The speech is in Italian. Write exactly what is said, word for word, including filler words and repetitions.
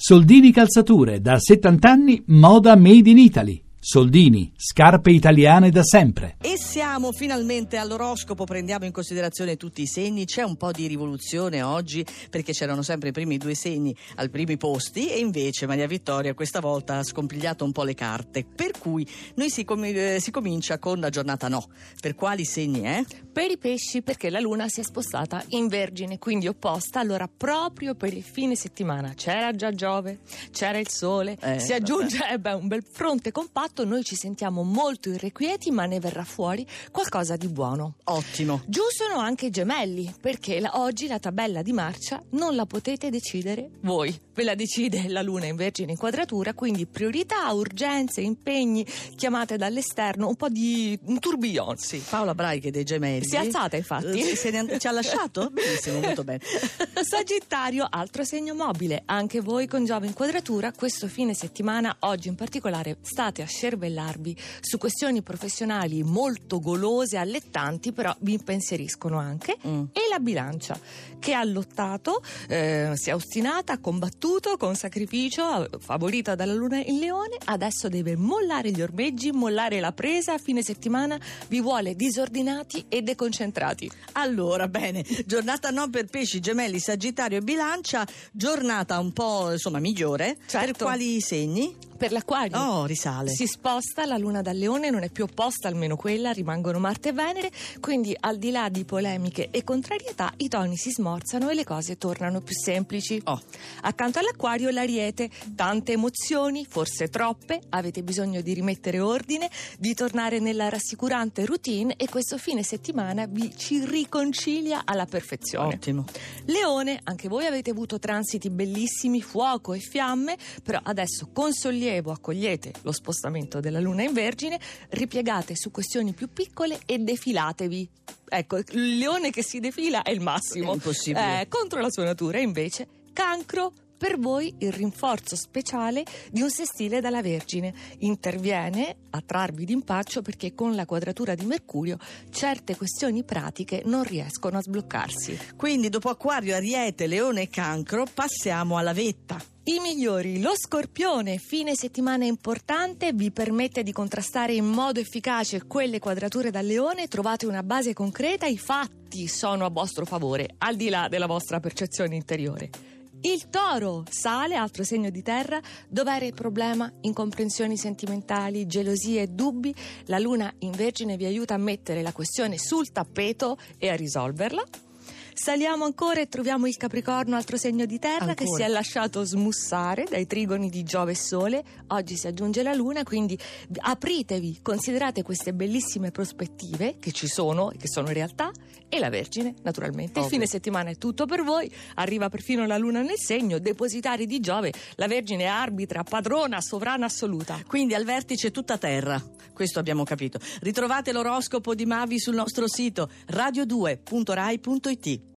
Soldini Calzature, da settanta anni, moda made in Italy. Soldini, scarpe italiane da sempre. E siamo finalmente all'oroscopo, prendiamo in considerazione tutti i segni. C'è un po' di rivoluzione oggi perché c'erano sempre i primi due segni ai primi posti e invece Maria Vittoria questa volta ha scompigliato un po' le carte, per cui noi si, com- eh, si comincia con la giornata no. Per quali segni è? Eh? Per i pesci, perché la luna si è spostata in Vergine, quindi opposta. Allora proprio per il fine settimana c'era già Giove, c'era il Sole, eh, si aggiunge eh beh, un bel fronte compatto. Noi ci sentiamo molto irrequieti, ma ne verrà fuori qualcosa di buono. Ottimo. Giù sono anche i Gemelli, perché la, oggi la tabella di marcia non la potete decidere voi, ve la decide la luna in Vergine in quadratura, quindi priorità, urgenze, impegni, chiamate dall'esterno, un po' di un tourbillon. Sì, Paola Braiche dei Gemelli si è alzata infatti, uh, se ne, ci ha lasciato? Benissimo, molto bene. Sagittario, altro segno mobile, anche voi con Giove in quadratura questo fine settimana. Oggi in particolare state a scervellarvi su questioni professionali molto golose, allettanti, però vi impensieriscono anche. mm. E la bilancia, che ha lottato, eh, si è ostinata, ha combattuto con sacrificio, favorita dalla luna in Leone, adesso deve mollare gli ormeggi, mollare la presa. A fine settimana vi vuole disordinati e deconcentrati. Allora, bene, giornata no per pesci, Gemelli, Sagittario e Bilancia, giornata un po' insomma migliore. Certo. Per quali segni? Per l'Acquario. Oh, risale. Si sposta la luna dal Leone, non è più opposta, almeno quella, rimangono Marte e Venere, quindi al di là di polemiche e contrarietà i toni si smorzano e le cose tornano più semplici. Oh. Accanto all'Acquario l'Ariete, tante emozioni, forse troppe, avete bisogno di rimettere ordine, di tornare nella rassicurante routine e questo fine settimana vi ci riconcilia alla perfezione. Ottimo. Leone, anche voi avete avuto transiti bellissimi, fuoco e fiamme, però adesso con sollievo accogliete lo spostamento della luna in Vergine, ripiegate su questioni più piccole e defilatevi. Ecco, il leone che si defila è il massimo. È impossibile. Eh, contro la sua natura. Invece, Cancro, per voi il rinforzo speciale di un sestile dalla Vergine. Interviene a trarvi d'impaccio perché con la quadratura di Mercurio certe questioni pratiche non riescono a sbloccarsi. Quindi dopo Acquario, Ariete, Leone e Cancro passiamo alla Vetta. I migliori, lo Scorpione, fine settimana importante, vi permette di contrastare in modo efficace quelle quadrature dal Leone, trovate una base concreta, i fatti sono a vostro favore, al di là della vostra percezione interiore. Il Toro, Sale, altro segno di terra, dov'era il problema? Incomprensioni sentimentali, gelosie e dubbi, la luna in Vergine vi aiuta a mettere la questione sul tappeto e a risolverla. Saliamo ancora e troviamo il Capricorno, altro segno di terra, ancora, che si è lasciato smussare dai trigoni di Giove e Sole. Oggi si aggiunge la Luna, quindi apritevi, considerate queste bellissime prospettive che ci sono e che sono realtà, e la Vergine, naturalmente. Ovvio. Il fine settimana è tutto per voi, arriva perfino la Luna nel segno, depositari di Giove, la Vergine è arbitra, padrona, sovrana assoluta. Quindi al vertice tutta terra, questo abbiamo capito. Ritrovate l'oroscopo di Mavi sul nostro sito radio due punto rai punto it.